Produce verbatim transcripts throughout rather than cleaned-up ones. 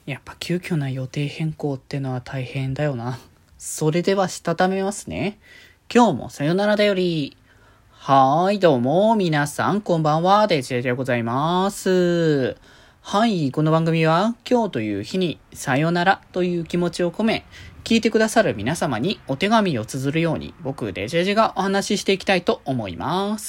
やっぱ急遽な予定変更ってのは大変だよな。それではしたためますね。今日もさよならだより。はーい、どうも、皆さん、こんばんは、デジェジでございます。はい、この番組は、今日という日に、さよならという気持ちを込め、聞いてくださる皆様にお手紙を綴るように、僕、デジェジがお話ししていきたいと思います。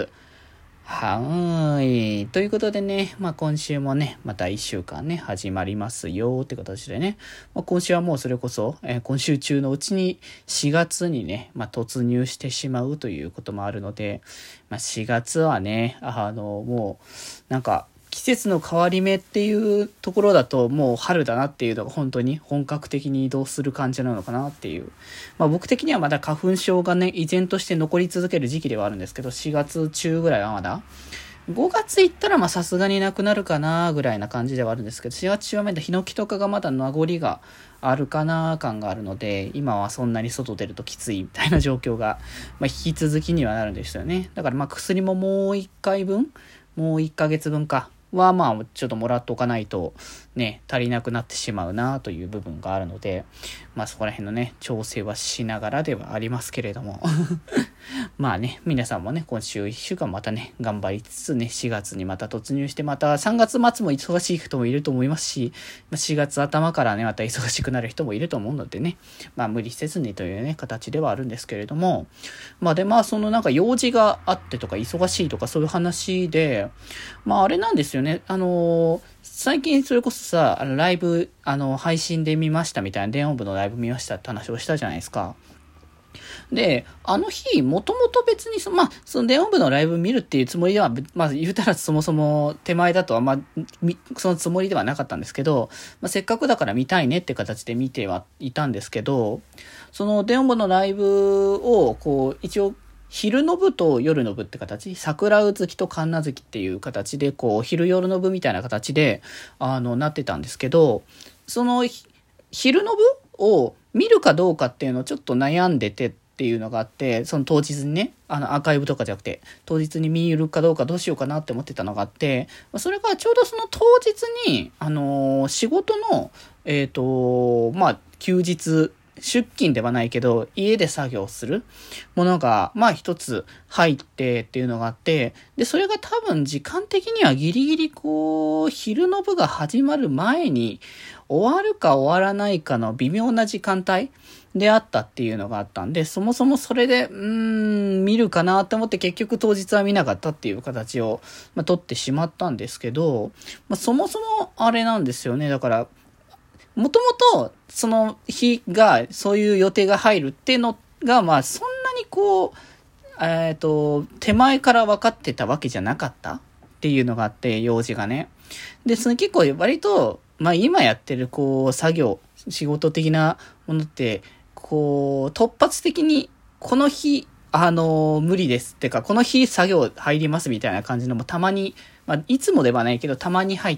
はーい。ということでね、まあ今週もね、また一週間ね、始まりますよって形でね、まあ、今週はもうそれこそ、えー、今週中のうちにしがつにね、まあ突入してしまうということもあるので、まあしがつはね、あの、もう、なんか、季節の変わり目っていうところだともう春だなっていうのが本当に本格的に移動する感じなのかなっていう。まあ僕的にはまだ花粉症がね、依然として残り続ける時期ではあるんですけど、しがつ中ぐらいはまだ。ごがつ行ったらまあさすがになくなるかなぐらいな感じではあるんですけど、しがつ中はまだヒノキとかがまだ名残があるかな感があるので、今はそんなに外出るときついみたいな状況が、まあ引き続きにはなるんですよね。だからまあ薬ももういっかいぶん、もういっかげつぶんか。はまあちょっともらっておかないとね足りなくなってしまうなという部分があるので、まあそこら辺のね調整はしながらではありますけれどもまあね皆さんもね今週いっしゅうかんまたね頑張りつつねしがつにまた突入して、またさんがつ末も忙しい人もいると思いますし、しがつ頭からねまた忙しくなる人もいると思うのでね、まあ無理せずにというね形ではあるんですけれども、まあでまあそのなんか用事があってとか忙しいとかそういう話で、まああれなんですよね。あのー、最近それこそさ、あのライブ、あの、配信で見ましたみたいな、電音部のライブ見ましたって話をしたじゃないですか。で、あの日、もともと別にそ、まあ、その電音部のライブ見るっていうつもりでは、まあ、言うたらそもそも手前だとは、まあ、そのつもりではなかったんですけど、まあ、せっかくだから見たいねって形で見てはいたんですけど、その電音部のライブを、こう、一応、昼の部と夜の部って形、桜うずきと神奈月っていう形で、こう、昼夜の部みたいな形で、あの、なってたんですけど、その、昼の部を見るかどうかっていうのをちょっと悩んでてっていうのがあって、その当日にね、あの、アーカイブとかじゃなくて、当日に見るかどうかどうしようかなって思ってたのがあって、それがちょうどその当日に、あのー、仕事の、えっと、まあ、休日、出勤ではないけど家で作業するものがまあ一つ入ってっていうのがあって、でそれが多分時間的にはギリギリこう昼の部が始まる前に終わるか終わらないかの微妙な時間帯であったっていうのがあったんで、そもそもそれでうーん見るかなって思って結局当日は見なかったっていう形を、まあ、取ってしまったんですけど、まあ、そもそもあれなんですよね。だからもともとその日がそういう予定が入るっていうのがまあそんなにこうえっと手前から分かってたわけじゃなかったっていうのがあって、用事がね。でその結構割とまあ今やってるこう作業仕事的なものってこう突発的にこの日あの無理ですってかこの日作業入りますみたいな感じのもたまに、まあいつもではないけどたまに入って、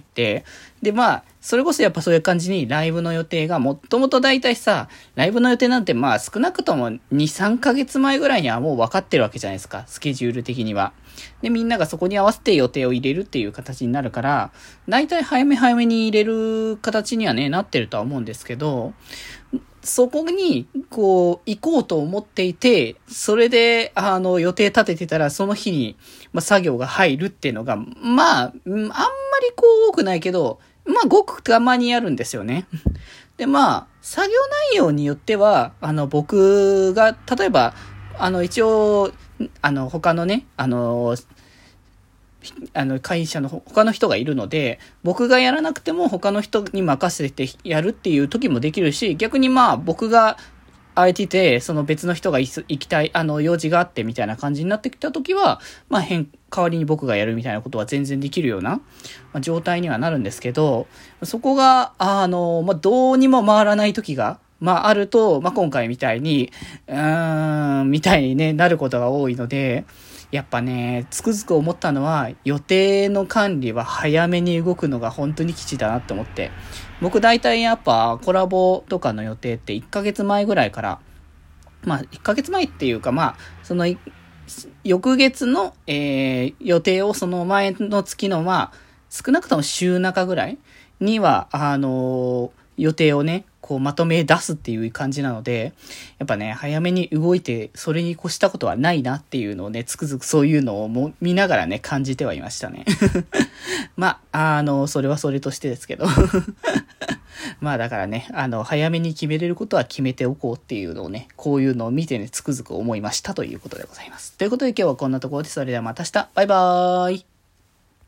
でまあそれこそやっぱそういう感じにライブの予定がもともとだいたいさライブの予定なんてまあ少なくとも に,さん ヶ月前ぐらいにはもう分かってるわけじゃないですか、スケジュール的には。でみんながそこに合わせて予定を入れるっていう形になるから、だいたい早め早めに入れる形にはねなってるとは思うんですけど、そこにこう行こうと思っていて、それであの予定立ててたらその日に、まあ、作業が入るっていうのがまああんまりこう多くないけど、まあごくたまにやるんですよね。でまあ作業内容によってはあの僕が例えばあの一応あの他のねあのあの会社の他の人がいるので、僕がやらなくても他の人に任せてやるっていう時もできるし、逆にまあ僕が空いててその別の人が行きたいあの用事があってみたいな感じになってきた時はまあ変代わりに僕がやるみたいなことは全然できるような、まあ、状態にはなるんですけど、そこがあの、まあ、どうにも回らない時がまああると、まあ、今回みたいにうーんみたいに、ね、なることが多いので、やっぱねつくづく思ったのは予定の管理は早めに動くのが本当に基地だなって思って、僕大体やっぱコラボとかの予定っていっかげつまえぐらいから、まあいっかげつまえっていうかまあその翌月の、えー、予定をその前の月のまあ少なくとも週中ぐらいには、あの、予定をね、こうまとめ出すっていう感じなので、やっぱね、早めに動いて、それに越したことはないなっていうのをね、つくづくそういうのをも見ながらね、感じてはいましたね。まあ、あの、それはそれとしてですけど。まあだからね、あの、早めに決めれることは決めておこうっていうのをね、こういうのを見てね、つくづく思いましたということでございます。ということで今日はこんなところで、それではまた明日、バイバーイ。